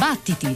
Battiti!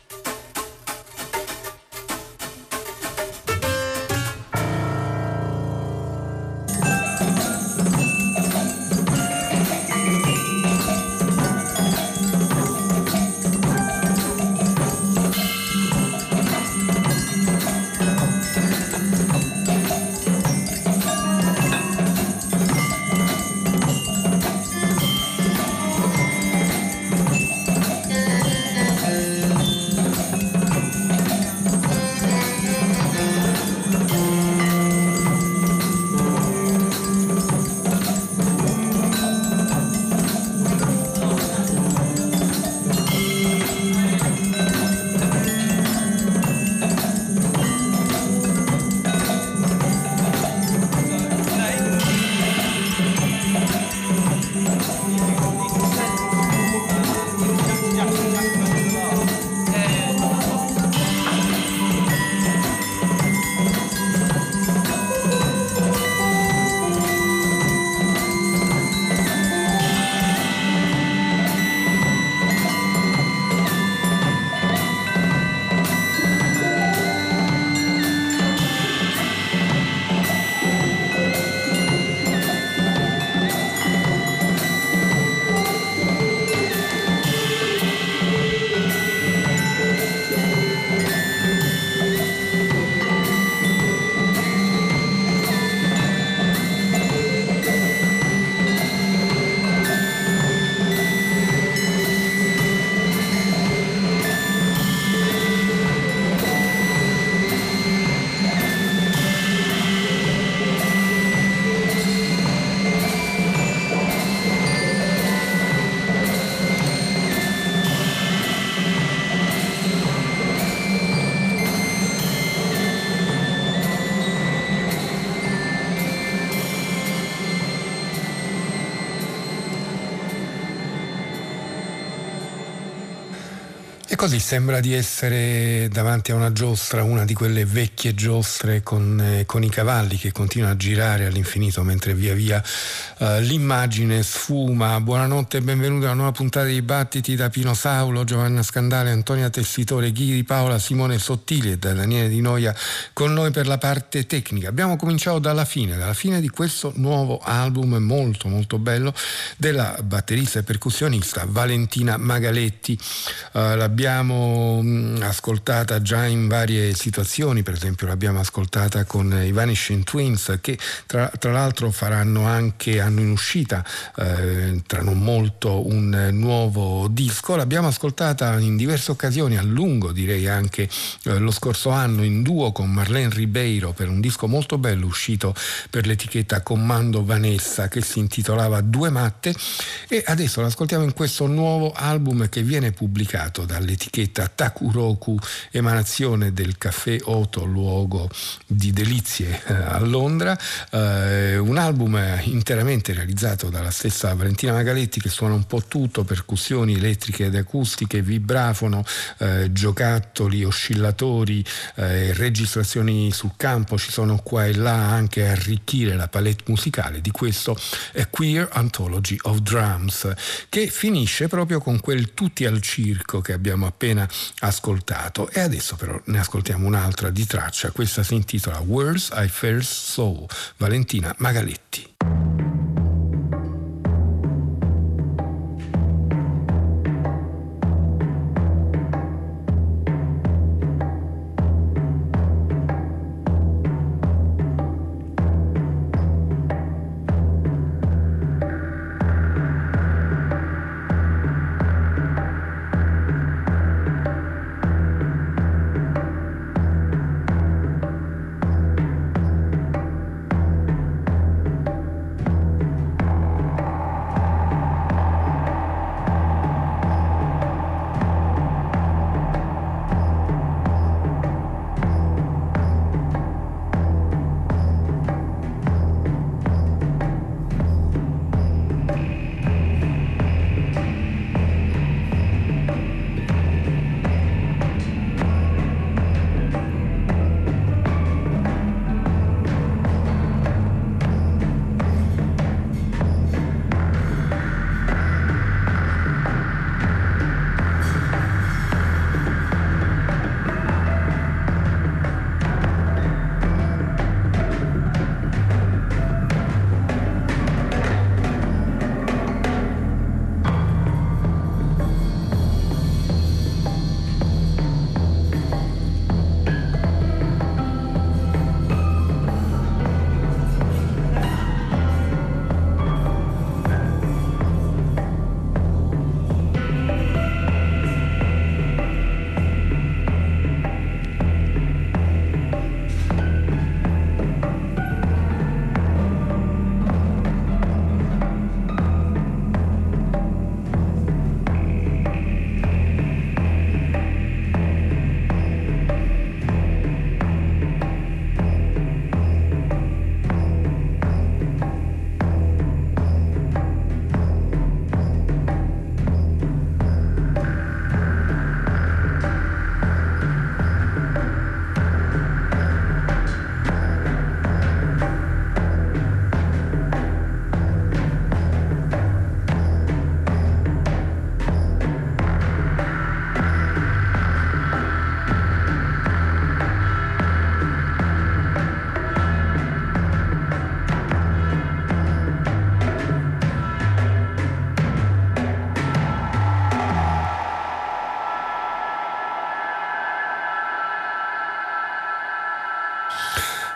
Così sembra di essere davanti a una giostra, una di quelle vecchie giostre con i cavalli che continuano a girare all'infinito mentre via via l'immagine sfuma. Buonanotte e benvenuti a una nuova puntata di Battiti da Pino Saulo, Giovanna Scandale, Antonia Tessitore, Ghi di Paola, Simone Sottili e da Daniele Di Noia con noi per la parte tecnica. Abbiamo cominciato dalla fine di questo nuovo album molto molto bello della batterista e percussionista Valentina Magaletti. L'abbiamo ascoltata già in varie situazioni, per esempio l'abbiamo ascoltata con i Vanishing Twins, che tra l'altro hanno in uscita tra non molto un nuovo disco. L'abbiamo ascoltata in diverse occasioni, a lungo direi anche lo scorso anno, in duo con Marlene Ribeiro per un disco molto bello uscito per l'etichetta Commando Vanessa che si intitolava Due Matte, e adesso l'ascoltiamo in questo nuovo album che viene pubblicato dall'etichetta Takuroku, emanazione del Caffè Oto, luogo di delizie a Londra. Un album interamente realizzato dalla stessa Valentina Magaletti, che suona un po' tutto: percussioni elettriche ed acustiche, vibrafono, giocattoli, oscillatori, registrazioni sul campo. Ci sono qua e là anche a arricchire la palette musicale di questo Queer Anthology of Drums, che finisce proprio con quel Tutti al circo che abbiamo appena ascoltato. E adesso però ne ascoltiamo un'altra di traccia. Questa si intitola Words I First Saw, Valentina Magaletti.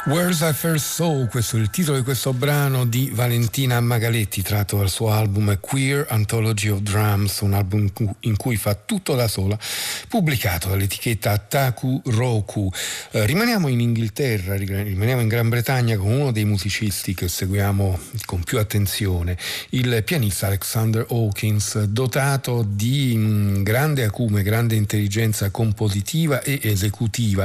Where's I First Saw, questo è il titolo di questo brano di Valentina Magaletti, tratto dal suo album Queer Anthology of Drums, un album in cui fa tutto da sola, pubblicato dall'etichetta Taku Roku. Rimaniamo in Inghilterra, rimaniamo in Gran Bretagna con uno dei musicisti che seguiamo con più attenzione, il pianista Alexander Hawkins, dotato di grande acume, grande intelligenza compositiva e esecutiva.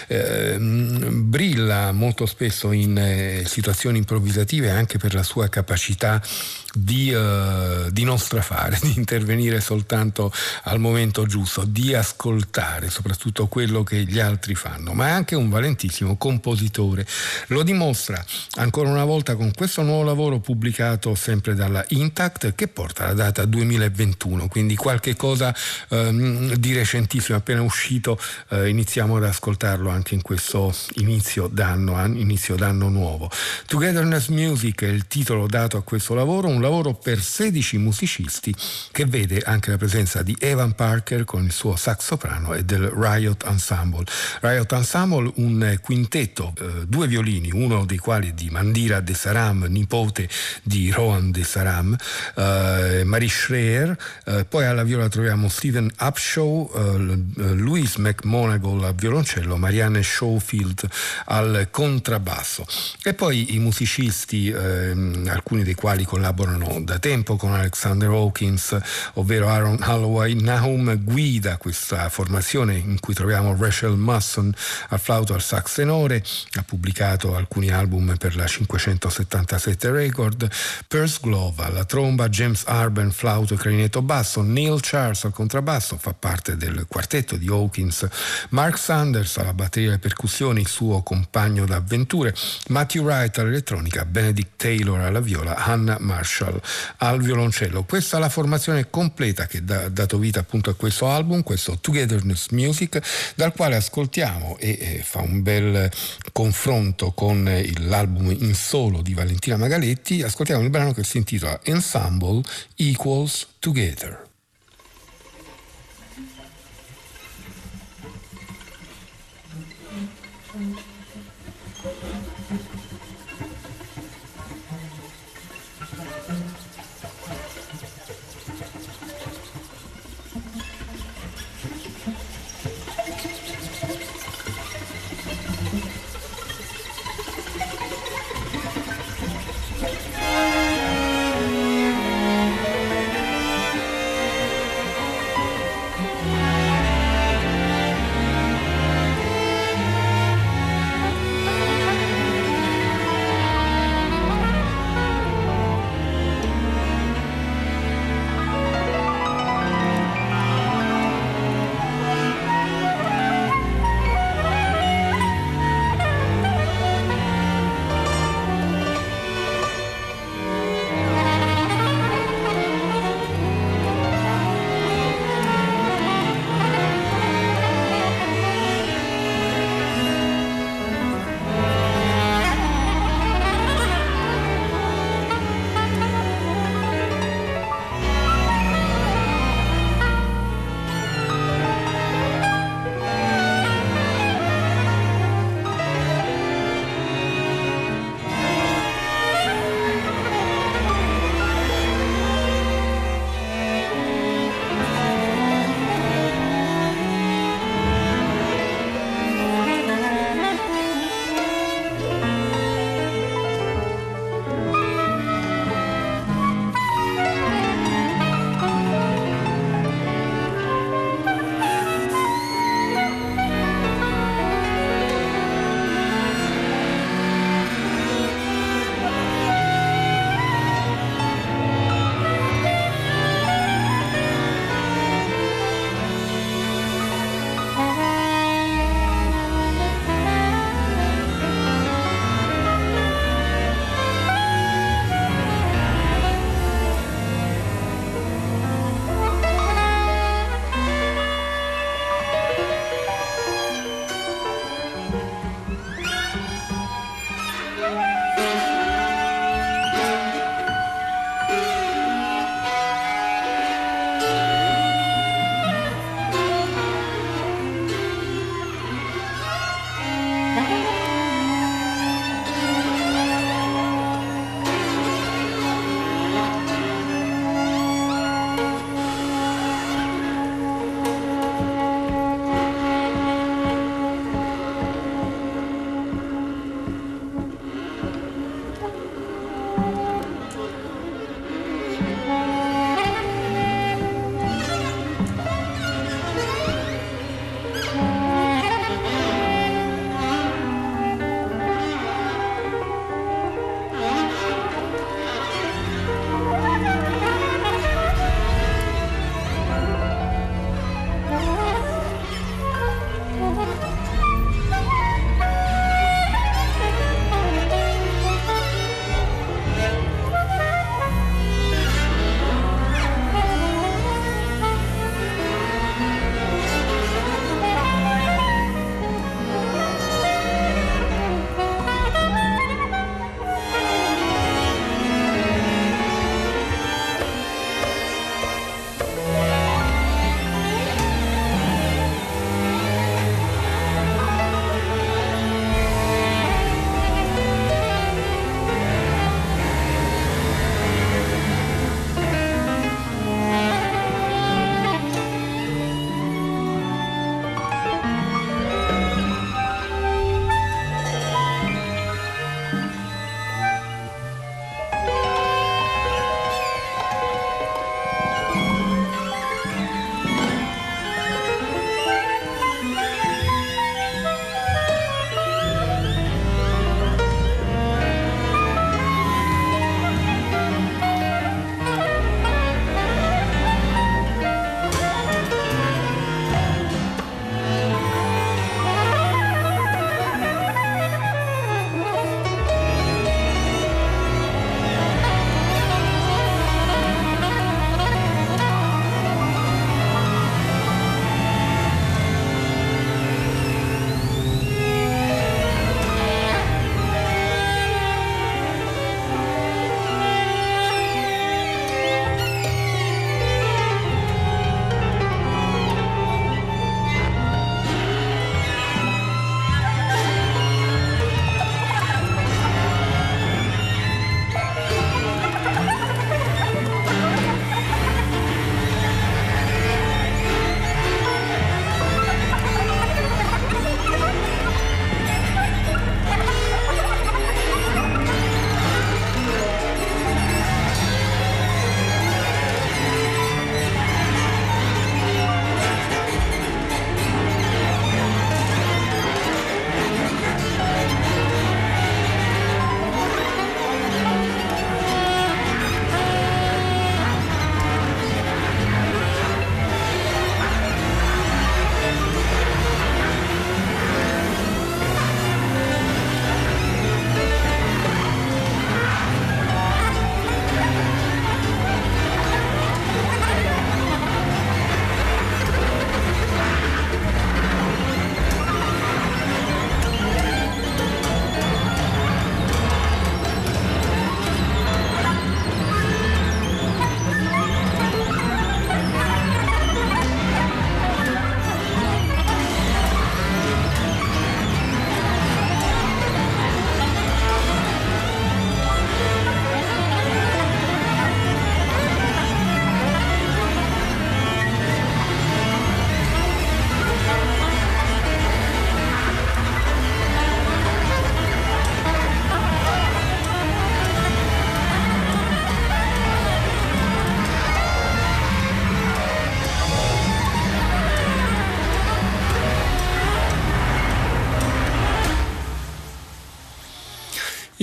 Brilla molto spesso in situazioni improvvisative anche per la sua capacità di non strafare, di intervenire soltanto al momento giusto, di ascoltare soprattutto quello che gli altri fanno, ma è anche un valentissimo compositore. Lo dimostra ancora una volta con questo nuovo lavoro pubblicato sempre dalla Intact, che porta la data 2021, quindi qualche cosa di recentissimo, appena uscito. Iniziamo ad ascoltarlo anche in questo inizio d'anno nuovo. Togetherness Music è il titolo dato a questo lavoro, un lavoro per 16 musicisti che vede anche la presenza di Evan Parker con il suo sax soprano e del Riot Ensemble. Riot Ensemble, un quintetto, 2 violini, uno dei quali di Mandira De Saram, nipote di Rohan De Saram, Marie Schreer, poi alla viola troviamo Stephen Upshaw, Louise McMonagall al violoncello, Marianne Schofield al contrabbasso, e poi i musicisti, alcuni dei quali collaborano da tempo con Alexander Hawkins, ovvero Aaron Holloway. Nahum guida questa formazione in cui troviamo Rachel Musson al flauto, al sax tenore, ha pubblicato alcuni album per la 577 Record, Perce Glove alla tromba, James Arben flauto e clarinetto basso, Neil Charles al contrabbasso, fa parte del quartetto di Hawkins, Mark Sanders alla batteria e le percussioni, suo compagno d'avventure, Matthew Wright all'elettronica, Benedict Taylor alla viola, Hannah Marshall al violoncello. Questa è la formazione completa che ha dato vita appunto a questo album, questo Togetherness Music, dal quale ascoltiamo e fa un bel confronto con l'album in solo di Valentina Magaletti. Ascoltiamo il brano che si intitola Ensemble Equals Together.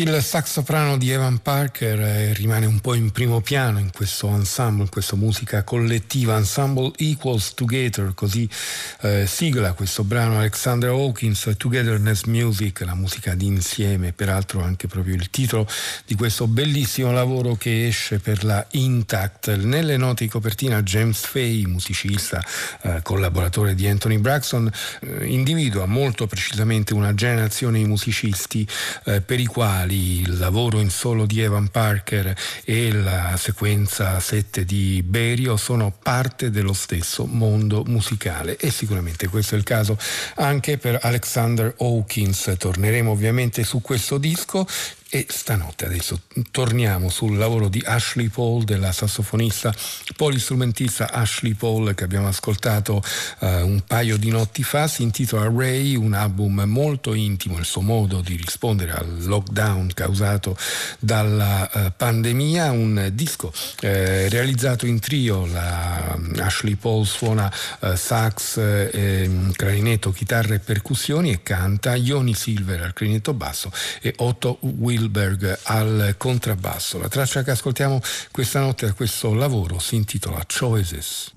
Il sax soprano di Evan Parker rimane un po' in primo piano in questo ensemble, in questa musica collettiva. Ensemble Equals Together, così sigla questo brano Alexander Hawkins, Togetherness Music, la musica di insieme, peraltro anche proprio il titolo di questo bellissimo lavoro che esce per la Intact. Nelle note di copertina James Fay, musicista, collaboratore di Anthony Braxton, individua molto precisamente una generazione di musicisti per i quali il lavoro in solo di Evan Parker e la sequenza 7 di Berio sono parte dello stesso mondo musicale, e sicuramente questo è il caso anche per Alexander Hawkins. Torneremo ovviamente su questo disco. E stanotte adesso torniamo sul lavoro di Ashley Paul, della sassofonista polistrumentista Ashley Paul, che abbiamo ascoltato un paio di notti fa. Si intitola Ray, un album molto intimo, il suo modo di rispondere al lockdown causato dalla pandemia, un disco realizzato in trio. Ashley Paul suona sax, clarinetto, chitarra e percussioni e canta, Ioni Silver al clarinetto basso e Otto Wilberg al contrabbasso. La traccia che ascoltiamo questa notte da questo lavoro si intitola Choices.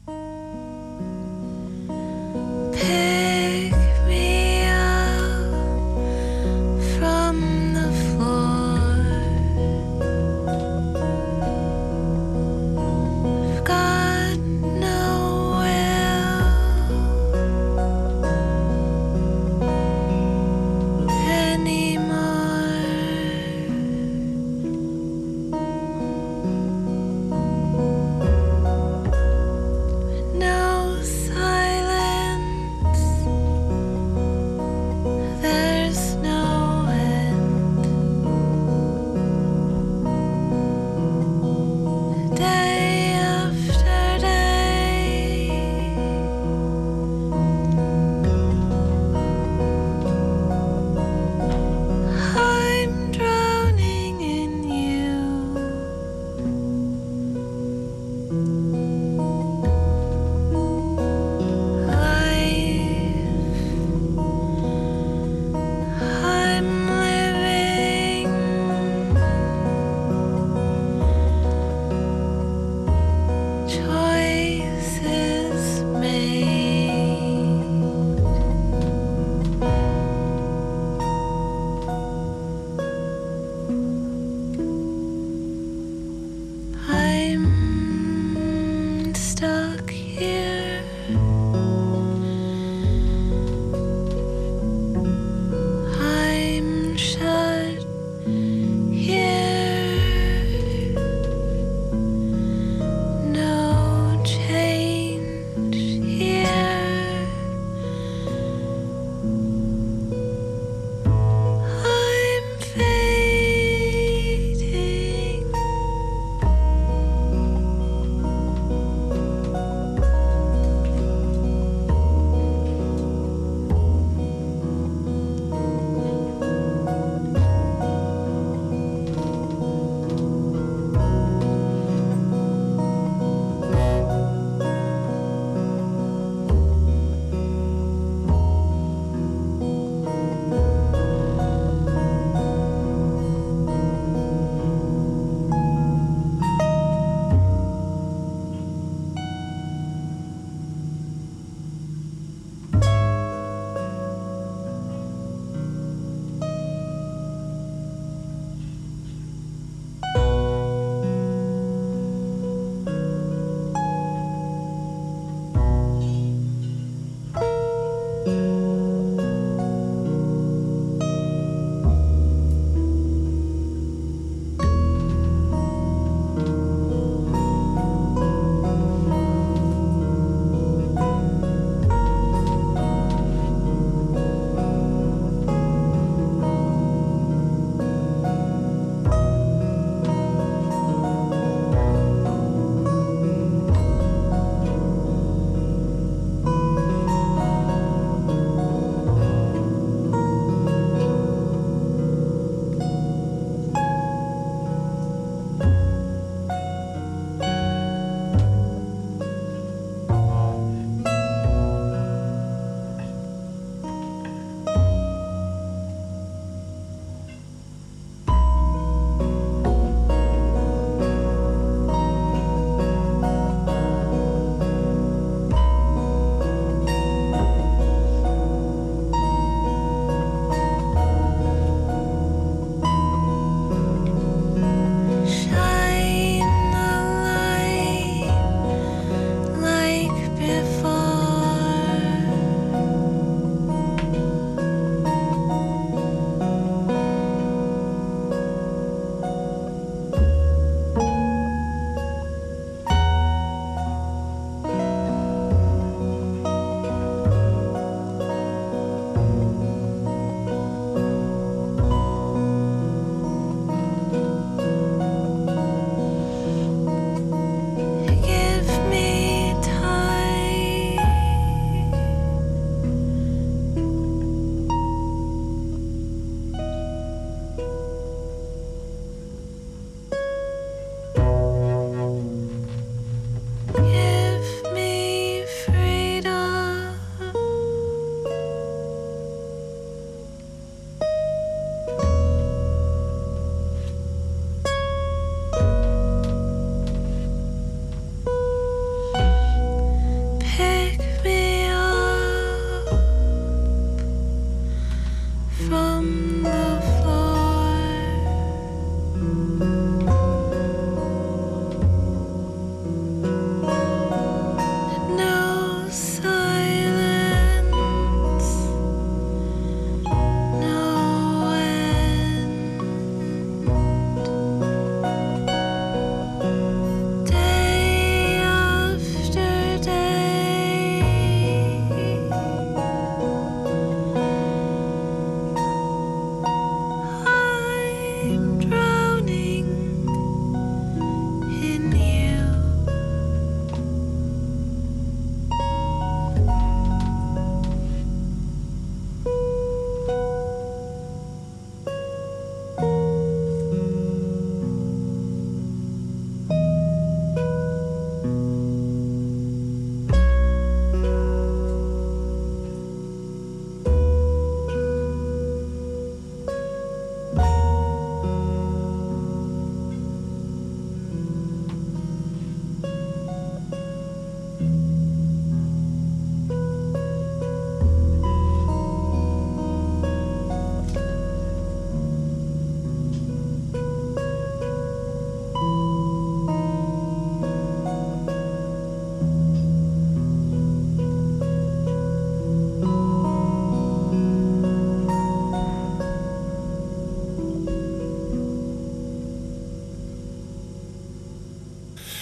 Pick me up from the floor. I've got no will anymore.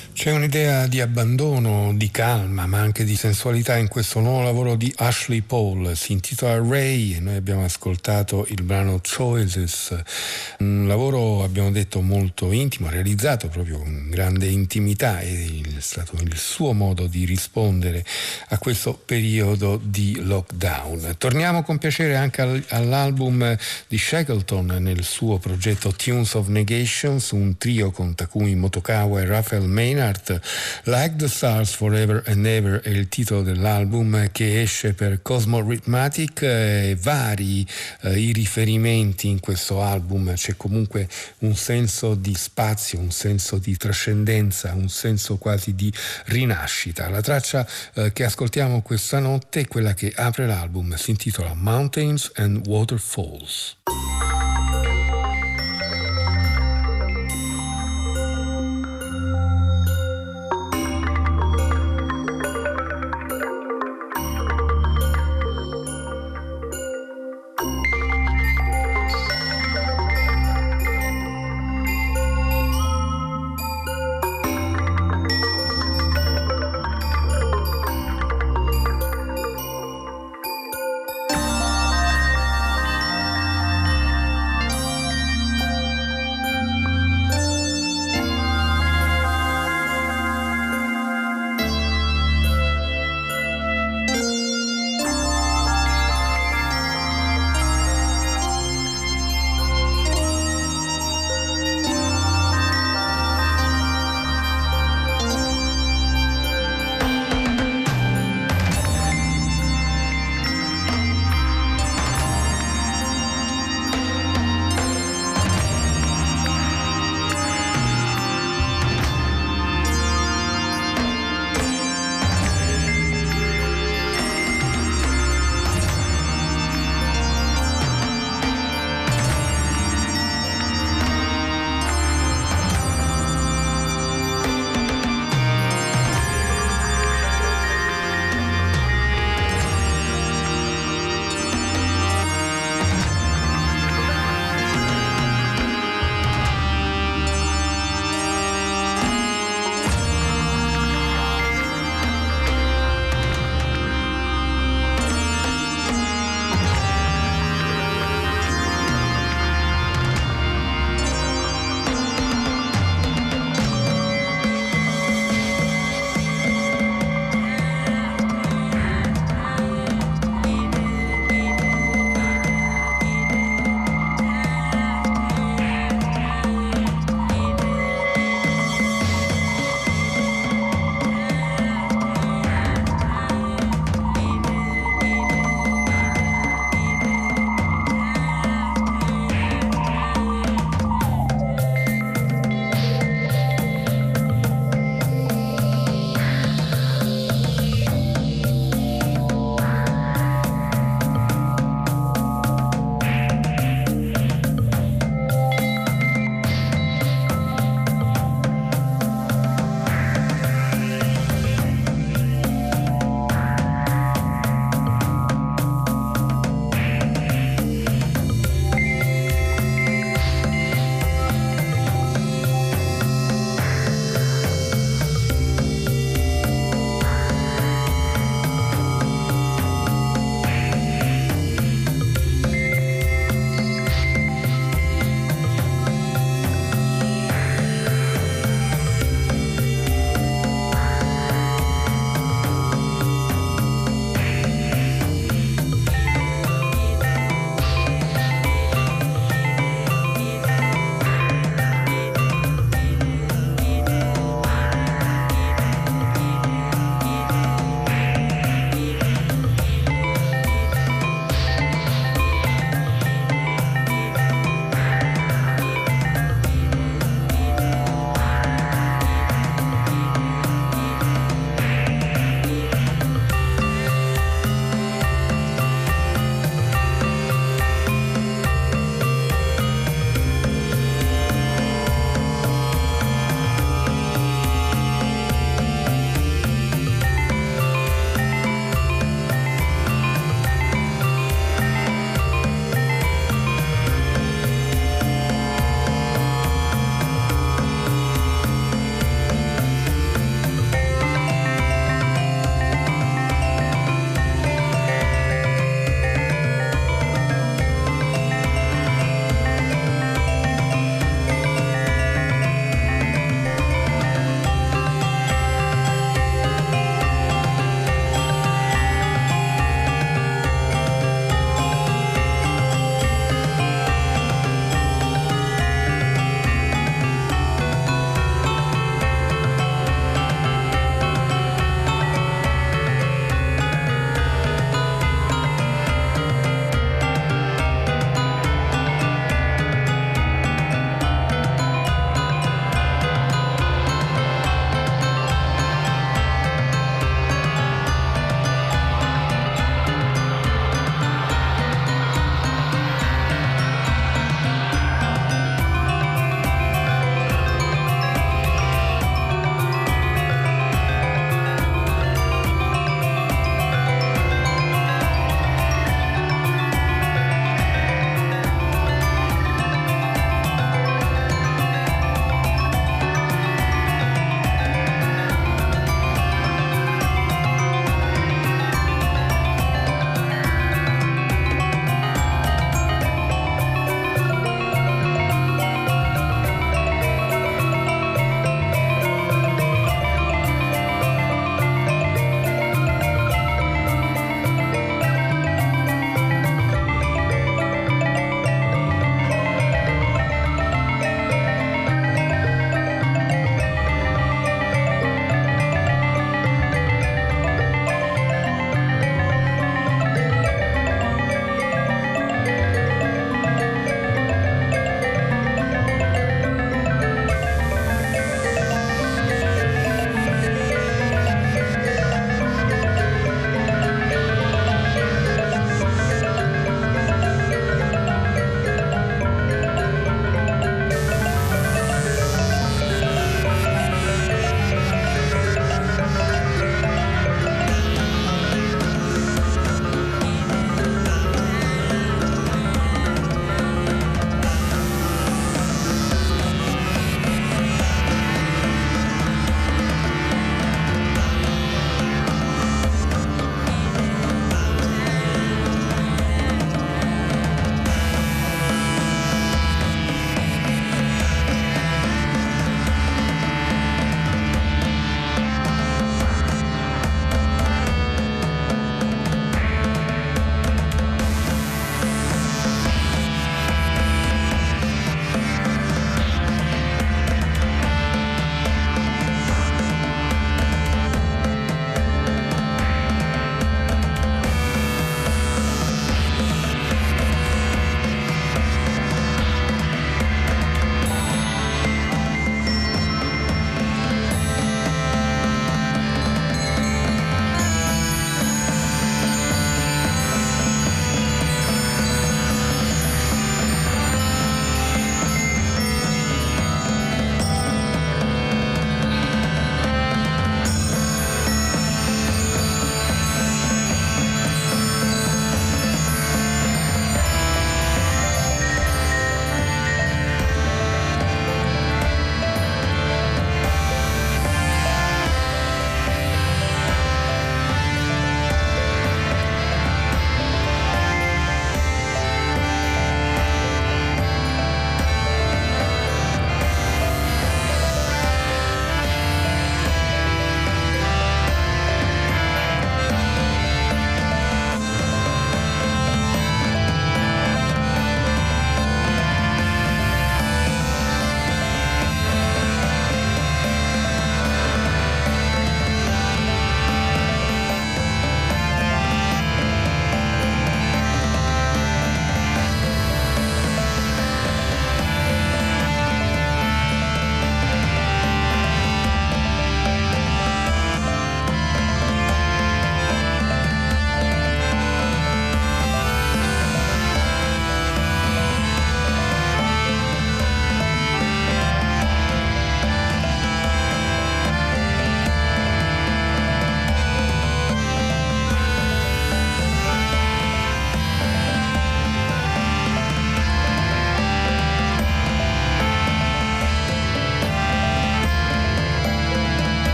C'è un'idea di abbandono, di calma, ma anche di sensualità in questo nuovo lavoro di Ashley Paul. Si intitola Ray e noi abbiamo ascoltato il brano Choices, un lavoro, abbiamo detto, molto intimo, realizzato proprio con grande intimità, e è stato il suo modo di rispondere a questo periodo di lockdown. Torniamo con piacere anche all'album di Shackleton nel suo progetto Tunes of Negations, un trio con Takumi Motokawa e Raphael Maynard. Like the Stars Forever and Ever è il titolo dell'album, che esce per Cosmo Rhythmatic. Vari i riferimenti in questo album, c'è comunque un senso di spazio, un senso di trascendenza, un senso quasi di rinascita. La traccia che ascoltiamo questa notte è quella che apre l'album, si intitola Mountains and Waterfalls.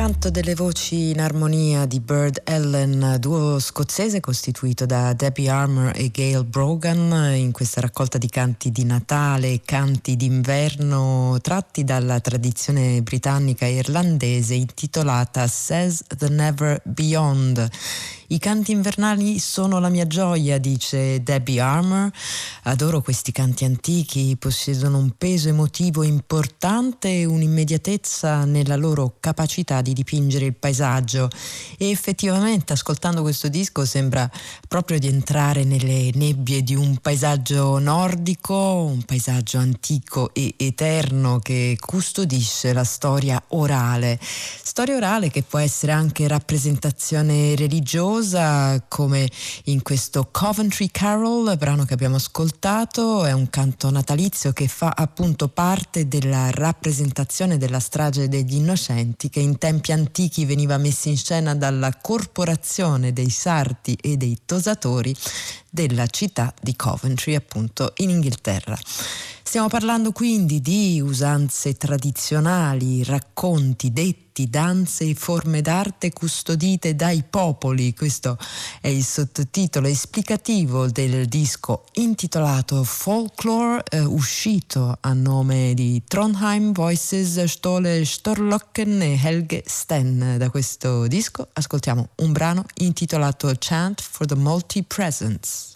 canto delle voci in armonia di Bird Ellen, duo scozzese costituito da Debbie Harmer e Gail Brogan, in questa raccolta di canti di Natale e canti d'inverno tratti dalla tradizione britannica e irlandese intitolata Says the Never Beyond. I canti invernali sono la mia gioia, dice Debbie Harmer. Adoro questi canti antichi, possiedono un peso emotivo importante e un'immediatezza nella loro capacità di dipingere il paesaggio. E effettivamente, ascoltando questo disco, sembra proprio di entrare nelle nebbie di un paesaggio nordico, un paesaggio antico e eterno che custodisce la storia orale. Storia orale che può essere anche rappresentazione religiosa, come in questo Coventry Carol, brano che abbiamo ascoltato. È un canto natalizio che fa appunto parte della rappresentazione della strage degli innocenti, che in tempi antichi veniva messa in scena dalla corporazione dei sarti e dei tosatori della città di Coventry, appunto in Inghilterra. Stiamo parlando quindi di usanze tradizionali, racconti, detti, danze e forme d'arte custodite dai popoli. Questo è il sottotitolo esplicativo del disco intitolato Folklore, uscito a nome di Trondheim Voices, Ståle Storlocken e Helge Sten. Da questo disco ascoltiamo un brano intitolato Chant for the Multi-Presence.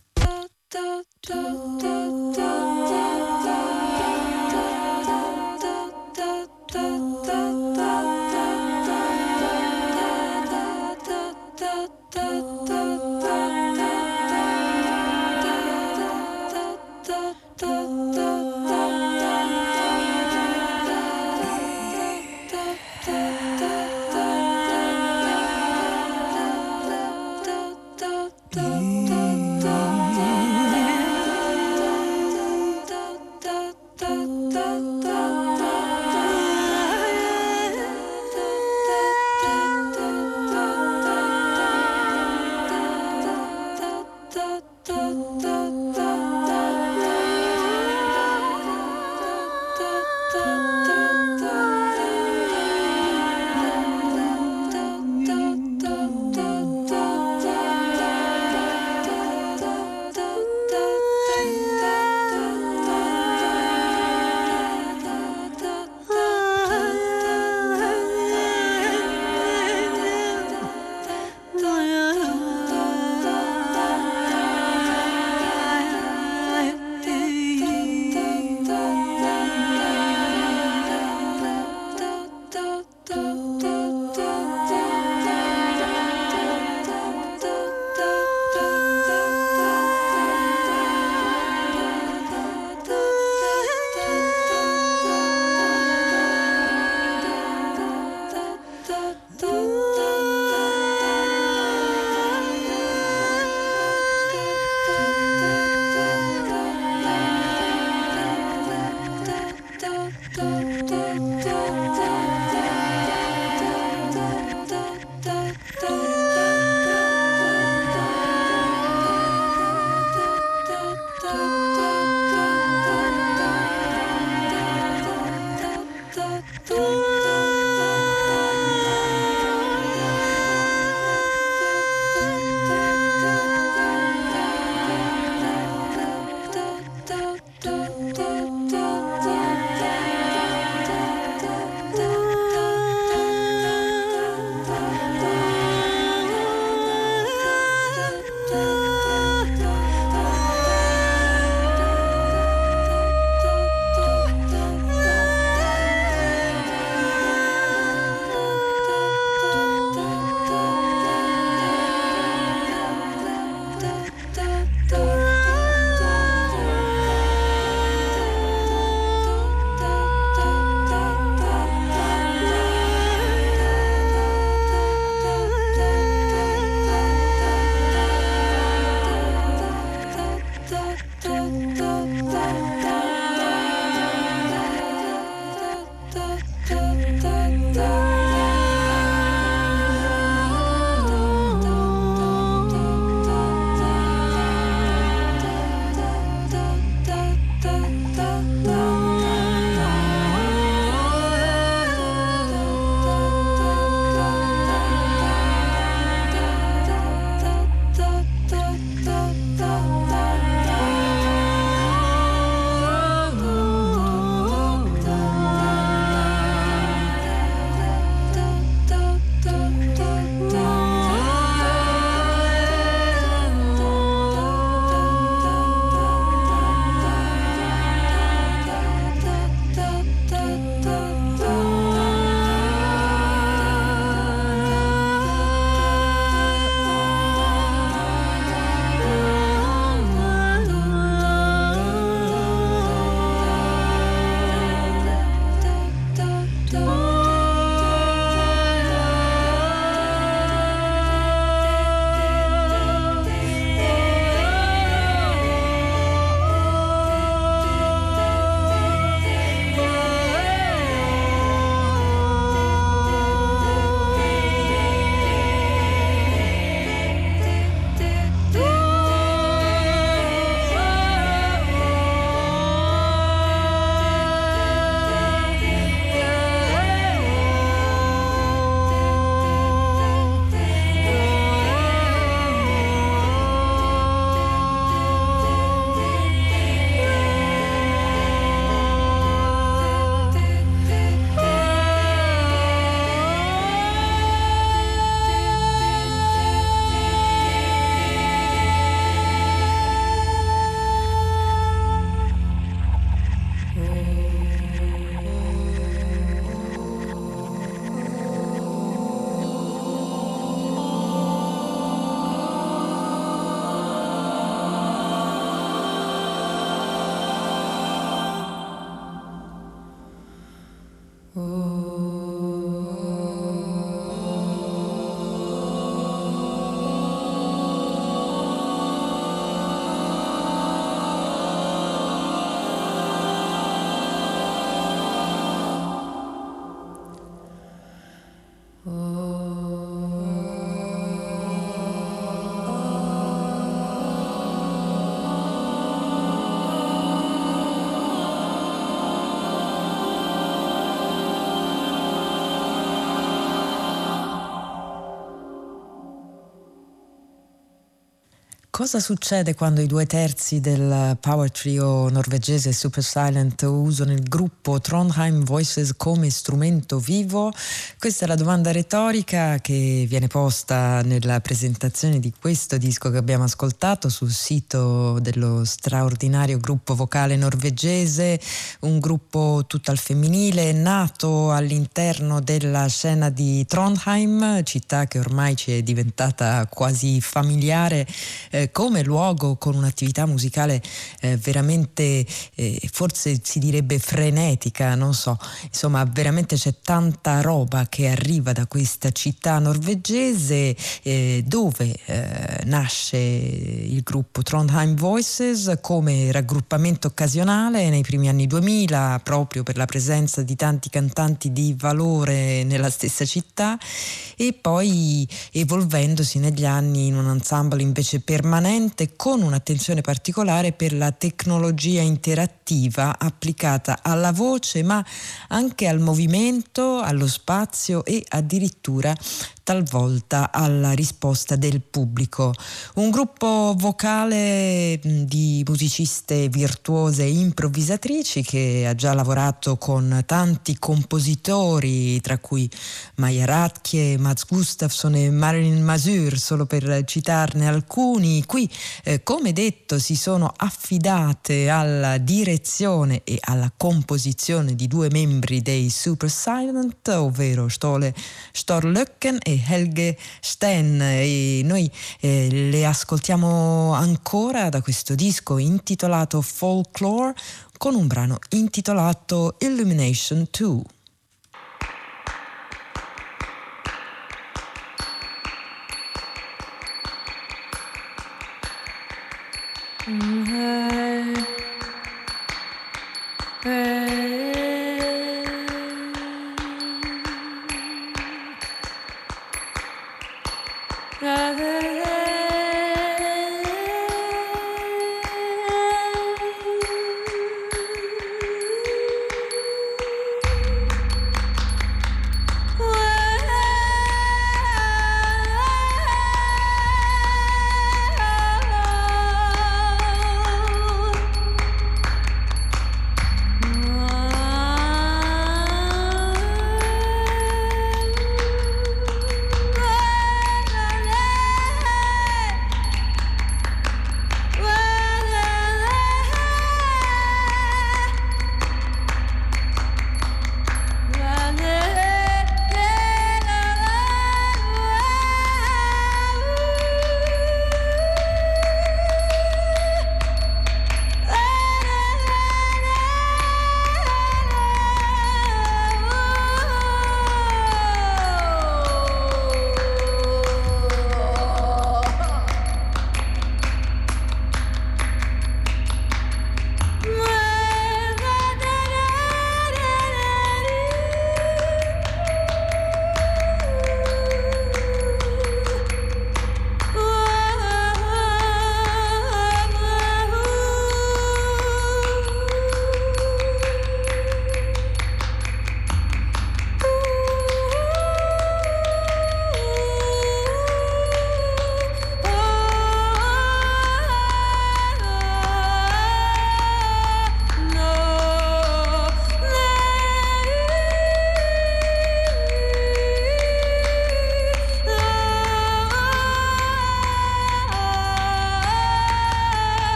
Cosa succede quando i 2/3 del power trio norvegese Supersilent usano il gruppo Trondheim Voices come strumento vivo? Questa è la domanda retorica che viene posta nella presentazione di questo disco che abbiamo ascoltato sul sito dello straordinario gruppo vocale norvegese, un gruppo tutto al femminile nato all'interno della scena di Trondheim, città che ormai ci è diventata quasi familiare come luogo, con un'attività musicale veramente forse si direbbe frenetica, non so, insomma veramente c'è tanta roba che arriva da questa città norvegese dove nasce il gruppo Trondheim Voices come raggruppamento occasionale nei primi anni 2000, proprio per la presenza di tanti cantanti di valore nella stessa città, e poi evolvendosi negli anni in un ensemble invece permanente, con un'attenzione particolare per la tecnologia interattiva applicata alla voce, ma anche al movimento, allo spazio e addirittura talvolta alla risposta del pubblico. Un gruppo vocale di musiciste virtuose e improvvisatrici che ha già lavorato con tanti compositori, tra cui Maja Radke, Mats Gustafsson e Marilyn Masur, solo per citarne alcuni. Qui, come detto, si sono affidate alla direzione e alla composizione di due membri dei Supersilent, ovvero Ståle Storløkken e Helge Sten, e noi le ascoltiamo ancora da questo disco intitolato Folklore con un brano intitolato Illumination 2.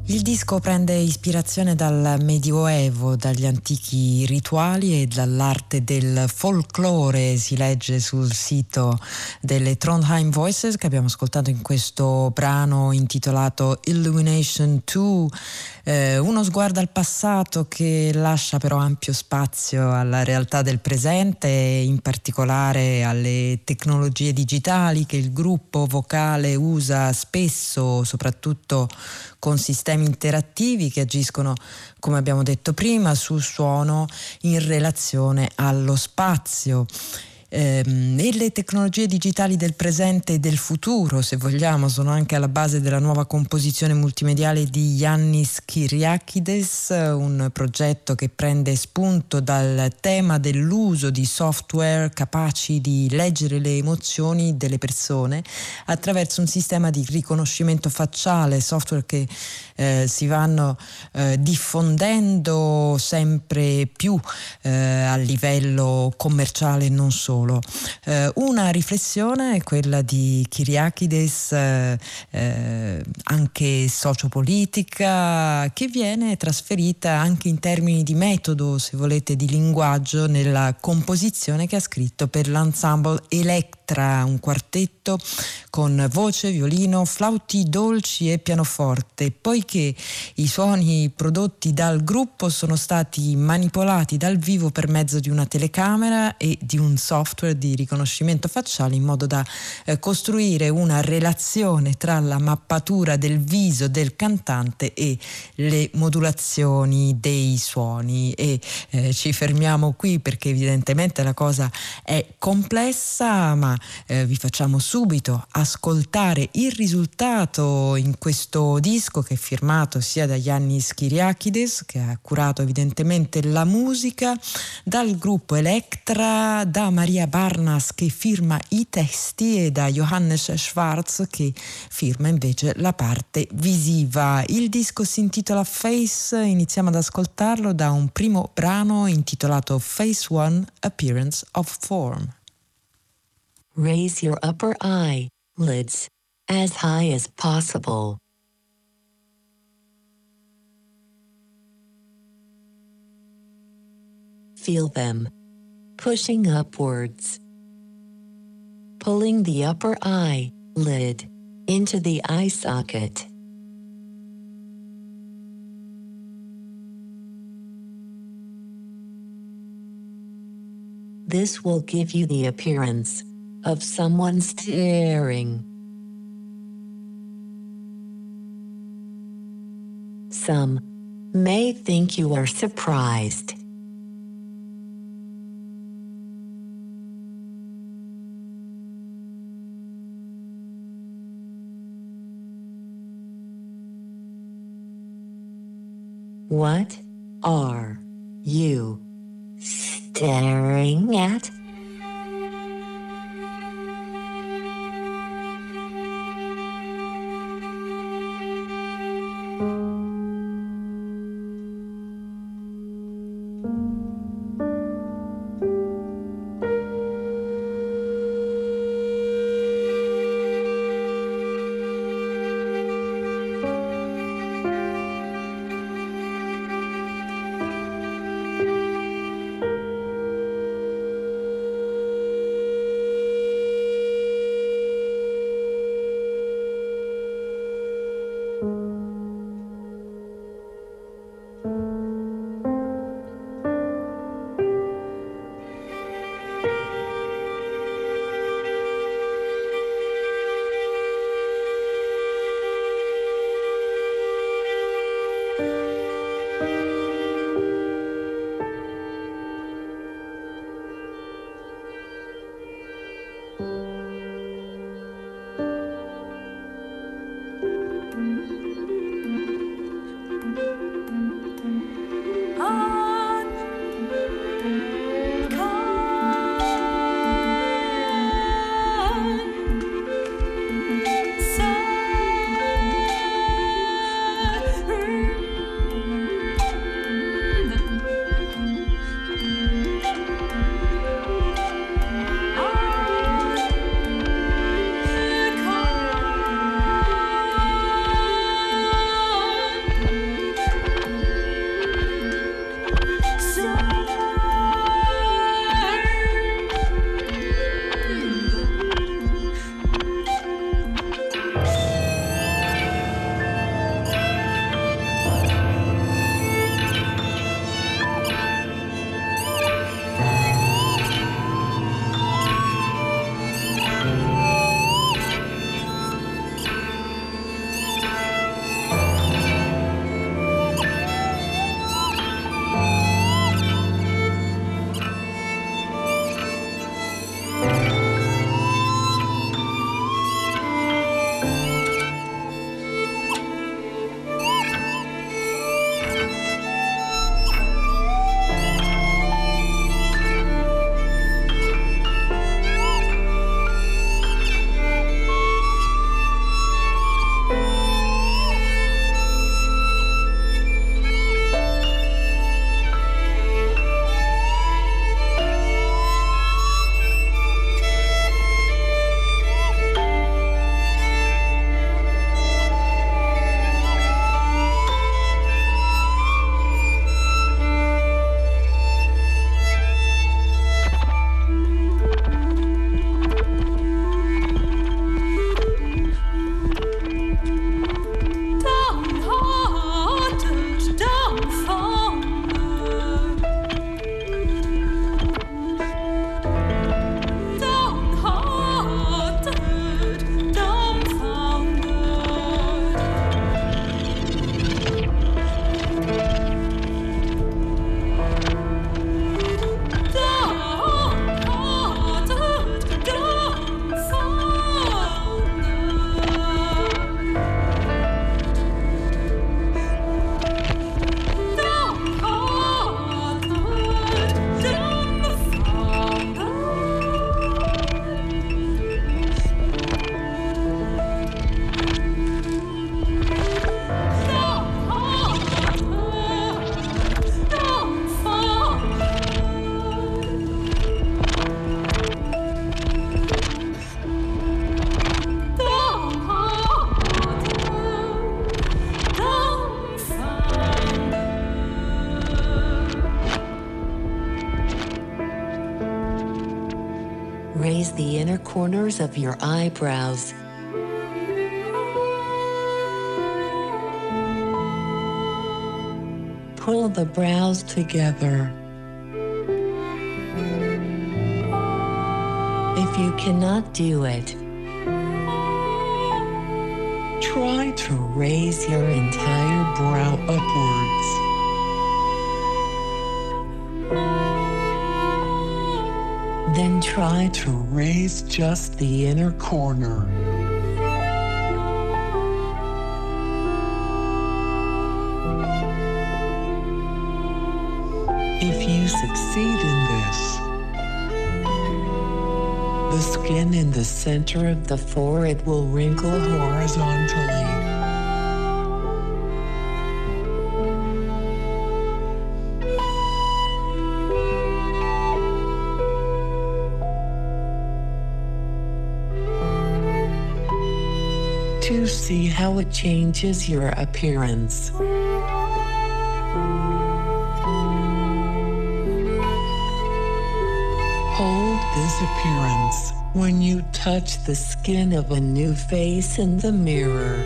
Il disco prende ispirazione dal Medioevo, dagli antichi rituali e dall'arte del folklore, si legge sul sito delle Trondheim Voices, che abbiamo ascoltato in questo brano intitolato Illumination 2. Uno sguardo al passato che lascia però ampio spazio alla realtà del presente e in particolare alle tecnologie digitali che il gruppo vocale usa spesso, soprattutto con sistemi interattivi che agiscono, come abbiamo detto prima, sul suono in relazione allo spazio. E le tecnologie digitali del presente e del futuro, se vogliamo, sono anche alla base della nuova composizione multimediale di Yannis Kyriakides, un progetto che prende spunto dal tema dell'uso di software capaci di leggere le emozioni delle persone attraverso un sistema di riconoscimento facciale, software che si vanno diffondendo sempre più a livello commerciale e non solo. Una riflessione è quella di Kyriakides, anche sociopolitica, che viene trasferita anche in termini di metodo, se volete, di linguaggio nella composizione che ha scritto per l'ensemble Electra, un quartetto con voce, violino, flauti dolci e pianoforte. Poiché i suoni prodotti dal gruppo sono stati manipolati dal vivo per mezzo di una telecamera e di un software di riconoscimento facciale, in modo da costruire una relazione tra la mappatura del viso del cantante e le modulazioni dei suoni. E ci fermiamo qui perché evidentemente la cosa è complessa, ma vi facciamo subito ascoltare il risultato in questo disco, che è firmato sia da Yannis Kyriakides, che ha curato evidentemente la musica, dal gruppo Electra, da Maria Barnas, che firma i testi, e da Johannes Schwarz, che firma invece la parte visiva. Il disco si intitola Face, iniziamo ad ascoltarlo da un primo brano intitolato Phase 1 Appearance of Form. Raise your upper eyelids as high as possible. Feel them pushing upwards, pulling the upper eyelid into the eye socket. This will give you the appearance of someone staring. Some may think you are surprised. What are you staring at? corners of your eyebrows. Pull the brows together. If you cannot do it, try to raise your entire brow upwards. Then try to raise just the inner corner. If you succeed in this, the skin in the center of the forehead will wrinkle horizontally. To see how it changes your appearance. Hold this appearance when you touch the skin of a new face in the mirror.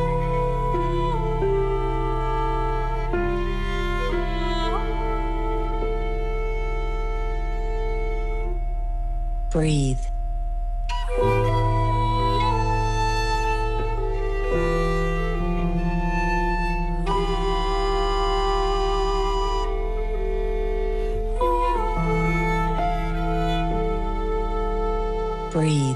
Breathe. Breathe.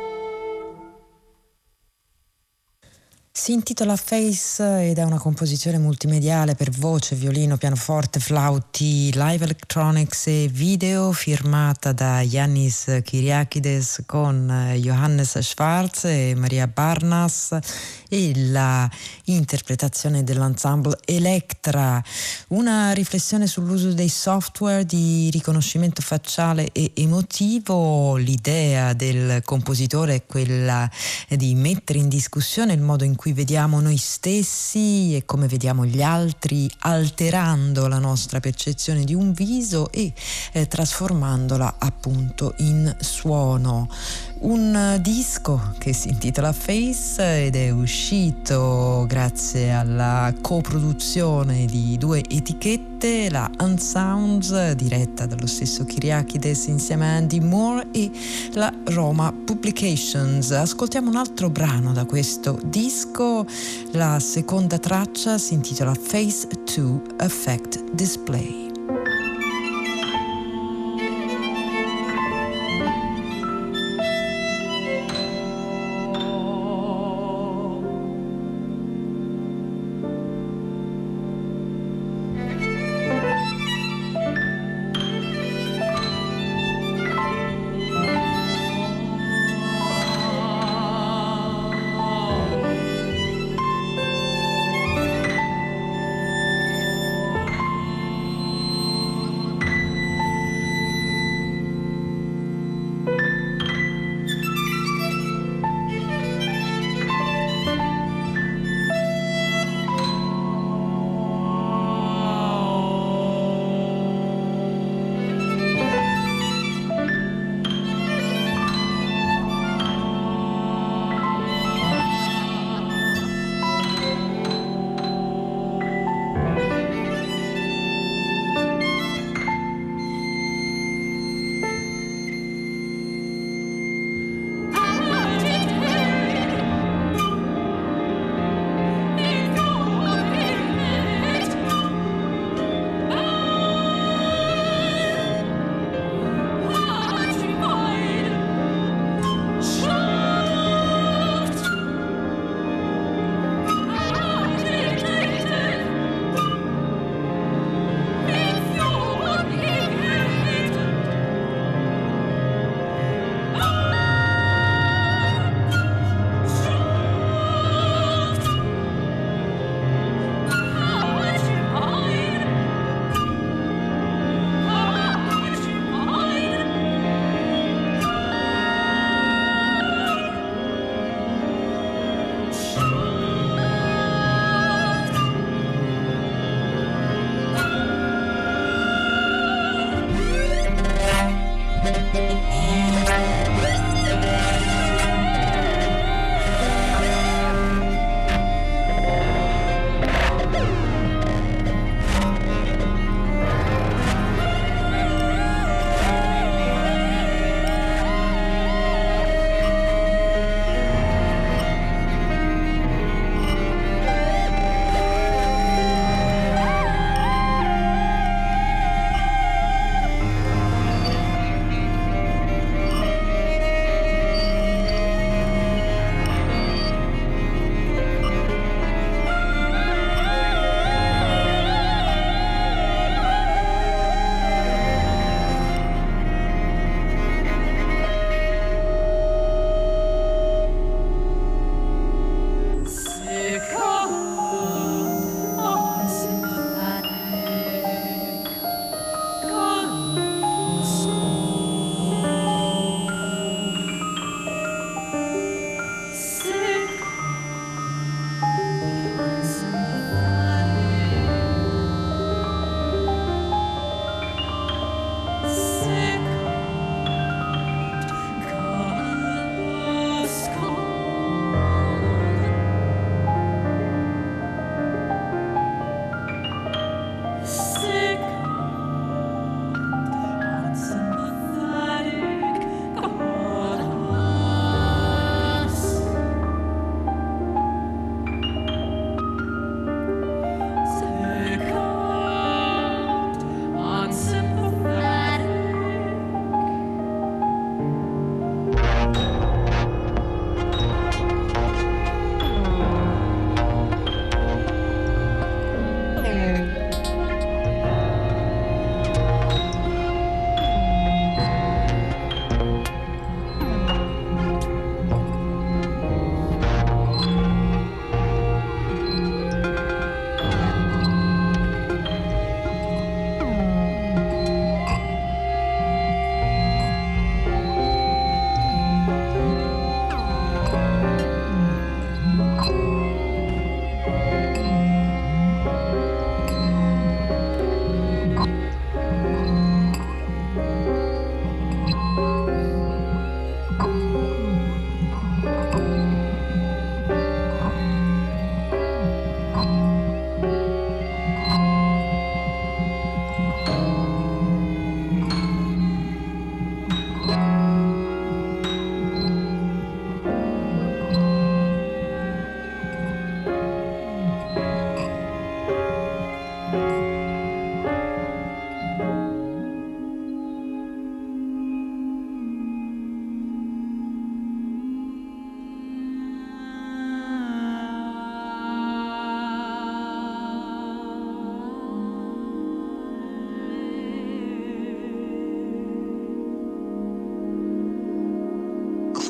Si intitola Face ed è una composizione multimediale per voce, violino, pianoforte, flauti, live electronics e video, firmata da Yannis Kyriakides con Johannes Schwarz e Maria Barnas, e la interpretazione dell'ensemble Electra. Una riflessione sull'uso dei software di riconoscimento facciale e emotivo. L'idea del compositore è quella di mettere in discussione il modo in cui vediamo noi stessi e come vediamo gli altri, alterando la nostra percezione di un viso e trasformandola appunto in suono. Un disco che si intitola Face ed è uscito grazie alla coproduzione di due etichette, la Unsounds diretta dallo stesso Kyriakides insieme a Andy Moore e la Roma Publications. Ascoltiamo un altro brano da questo disco, la seconda traccia si intitola Face 2 Effect Display.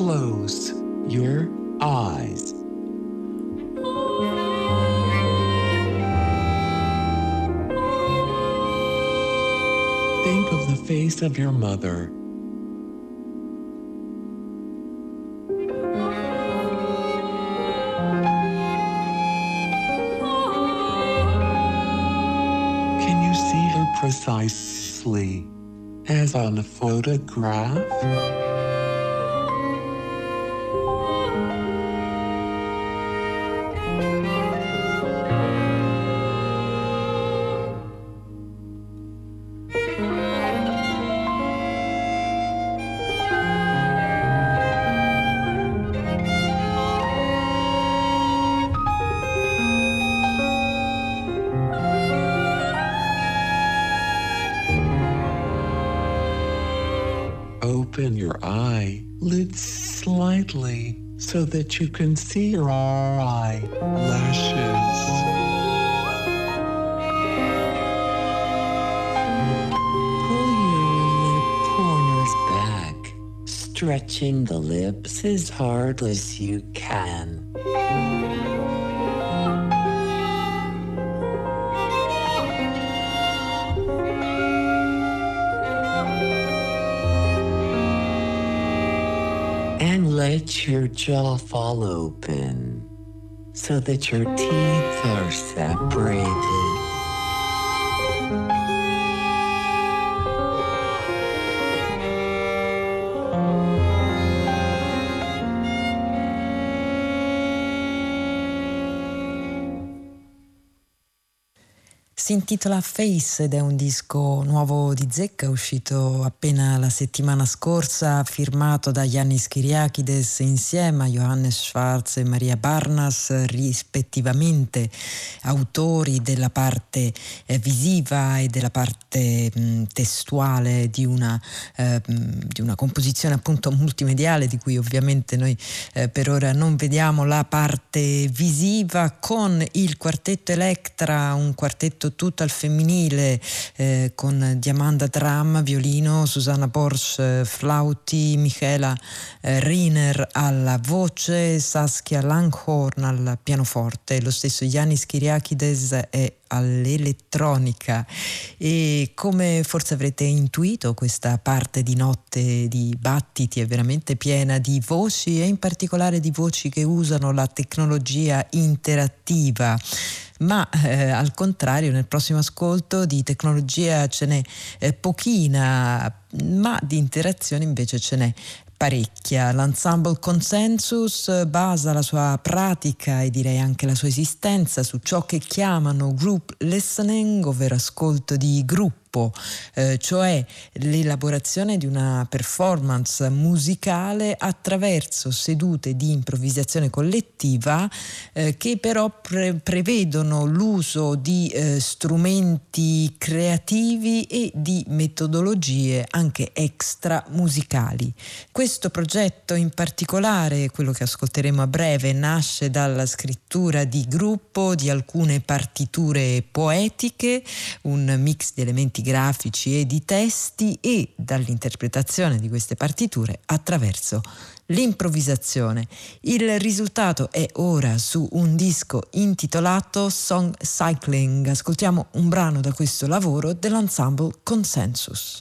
close your eyes. Think of the face of your mother. Can you see her precisely as on a photograph? Open your eyelids slightly so that you can see your eyelashes. Pull your lip corners back, stretching the lips as hard as you can. And let your jaw fall open so that your teeth are separated. Si intitola Face ed è un disco nuovo di Zecca, uscito appena la settimana scorsa, firmato da Yannis Kyriakides insieme a Johannes Schwarz e Maria Barnas, rispettivamente autori della parte visiva e della parte testuale di una composizione appunto multimediale, di cui ovviamente noi per ora non vediamo la parte visiva, con il quartetto Electra, un quartetto tutto al femminile, con Diamanda Dram violino, Susanna Borsch flauti, Michaela Riner alla voce, Saskia Langhorn al pianoforte, lo stesso Yannis Kyriakides è all'elettronica. E come forse avrete intuito, questa parte di Notte di Battiti è veramente piena di voci, e in particolare di voci che usano la tecnologia interattiva. Ma al contrario, nel prossimo ascolto di tecnologia ce n'è pochina, ma di interazione invece ce n'è parecchia. L'ensemble Consensus basa la sua pratica e direi anche la sua esistenza su ciò che chiamano group listening, ovvero ascolto di gruppo, cioè l'elaborazione di una performance musicale attraverso sedute di improvvisazione collettiva che però prevedono l'uso di strumenti creativi e di metodologie anche extra musicali. Questo progetto in particolare, quello che ascolteremo a breve, nasce dalla scrittura di gruppo di alcune partiture poetiche, un mix di elementi grafici e di testi, e dall'interpretazione di queste partiture attraverso l'improvvisazione. Il risultato è ora su un disco intitolato Song Cycling. Ascoltiamo un brano da questo lavoro dell'ensemble Consensus.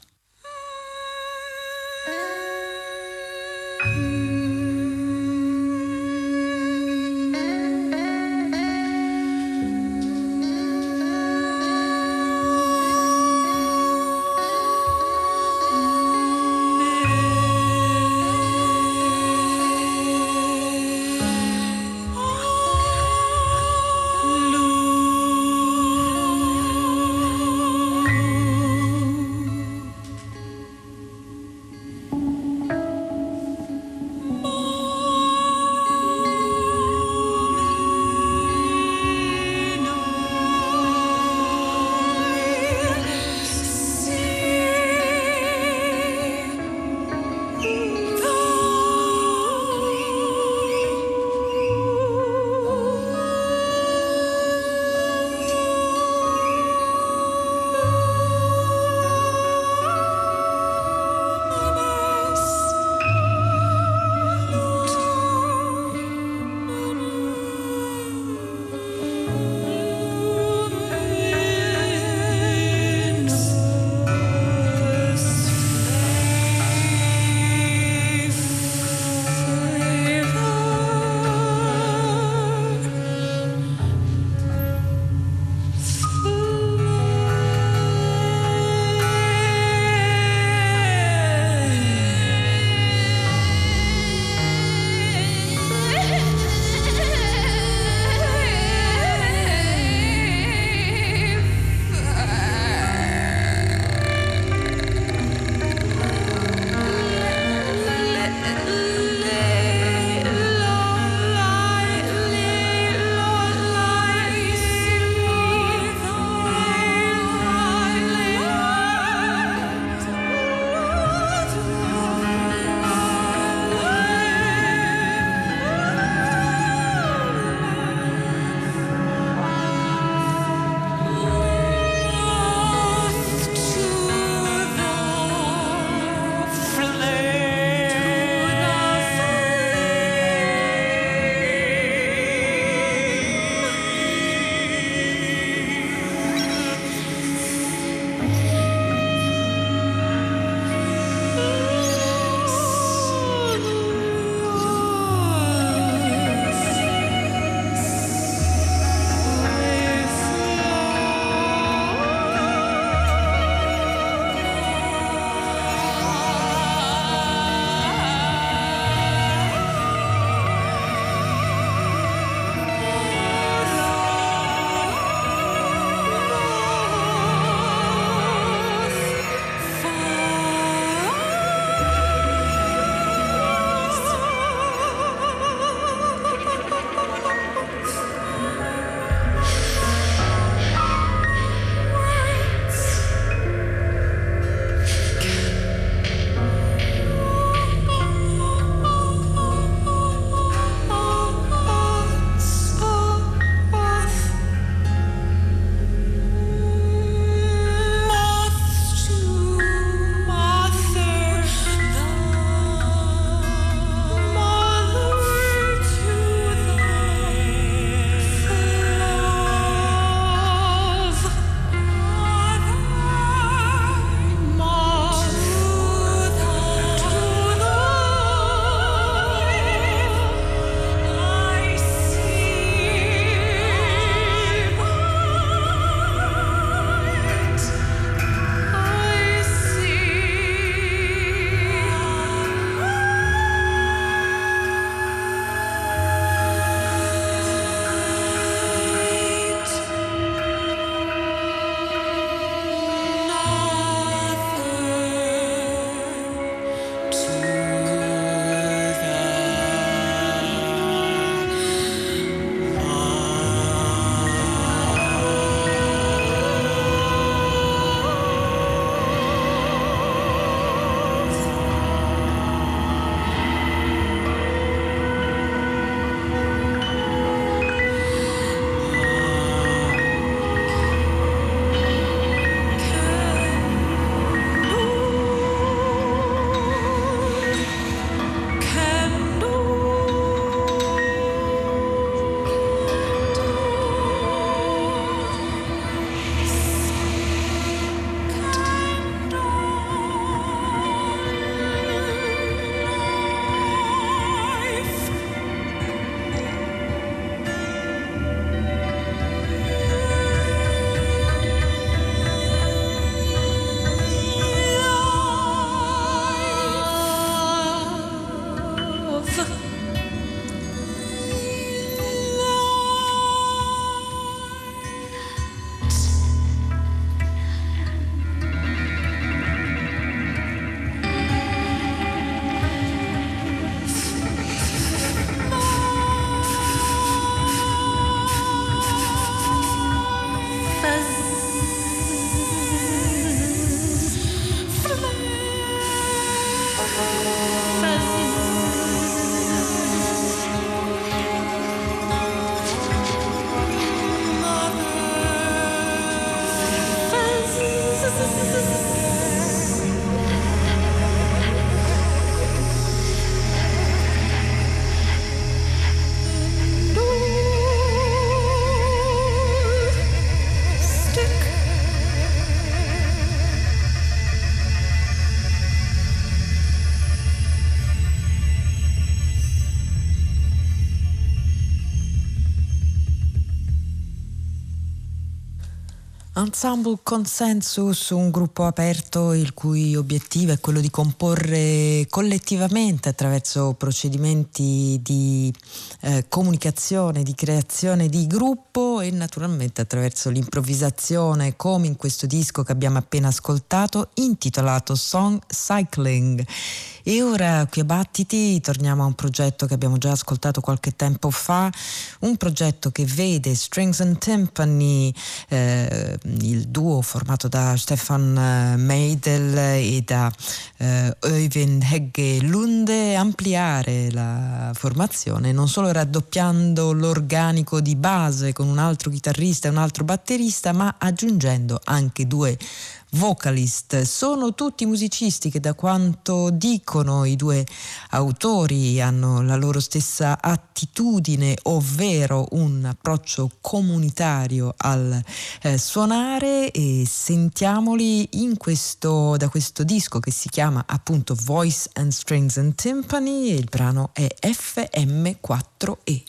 Ensemble Consensus, un gruppo aperto il cui obiettivo è quello di comporre collettivamente attraverso procedimenti di comunicazione, di creazione di gruppo e naturalmente attraverso l'improvvisazione, come in questo disco che abbiamo appena ascoltato intitolato Song Cycling. E ora qui a Battiti torniamo a un progetto che abbiamo già ascoltato qualche tempo fa, un progetto che vede Strings and Timpani, il duo formato da Stefan Meidel e da Øyvind Hegge Lunde, ampliare la formazione, non solo raddoppiando l'organico di base con un altro chitarrista e un altro batterista, ma aggiungendo anche due vocalist. Sono tutti musicisti che, da quanto dicono i due autori, hanno la loro stessa attitudine, ovvero un approccio comunitario al suonare, e sentiamoli da questo disco che si chiama appunto Voice and Strings and Timpani, e il brano è FM4E.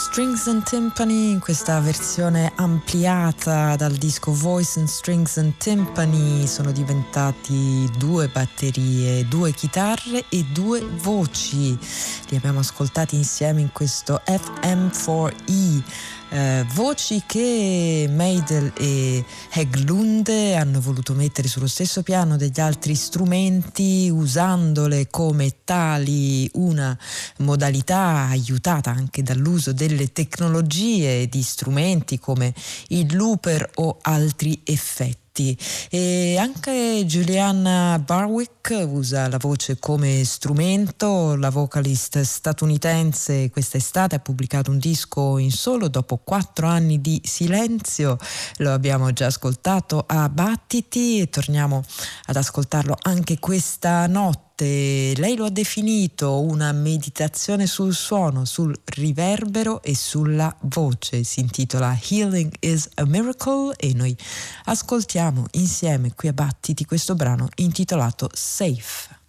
Strings and Timpani in questa versione ampliata dal disco Voice and Strings and Timpani. Sono diventati 2 batterie, 2 chitarre e 2 voci. Li abbiamo ascoltati insieme in questo FM4E. Voci che Meidel e Hägglunde hanno voluto mettere sullo stesso piano degli altri strumenti, usandole come tali, una modalità aiutata anche dall'uso delle tecnologie di strumenti come il looper o altri effetti. E anche Julianne Barwick usa la voce come strumento. La vocalist statunitense quest'estate ha pubblicato un disco in solo dopo 4 anni di silenzio. Lo abbiamo già ascoltato a Battiti e torniamo ad ascoltarlo anche questa notte. Lei lo ha definito una meditazione sul suono, sul riverbero e sulla voce. Si intitola Healing is a Miracle e noi ascoltiamo insieme qui a Battiti questo brano intitolato Safe.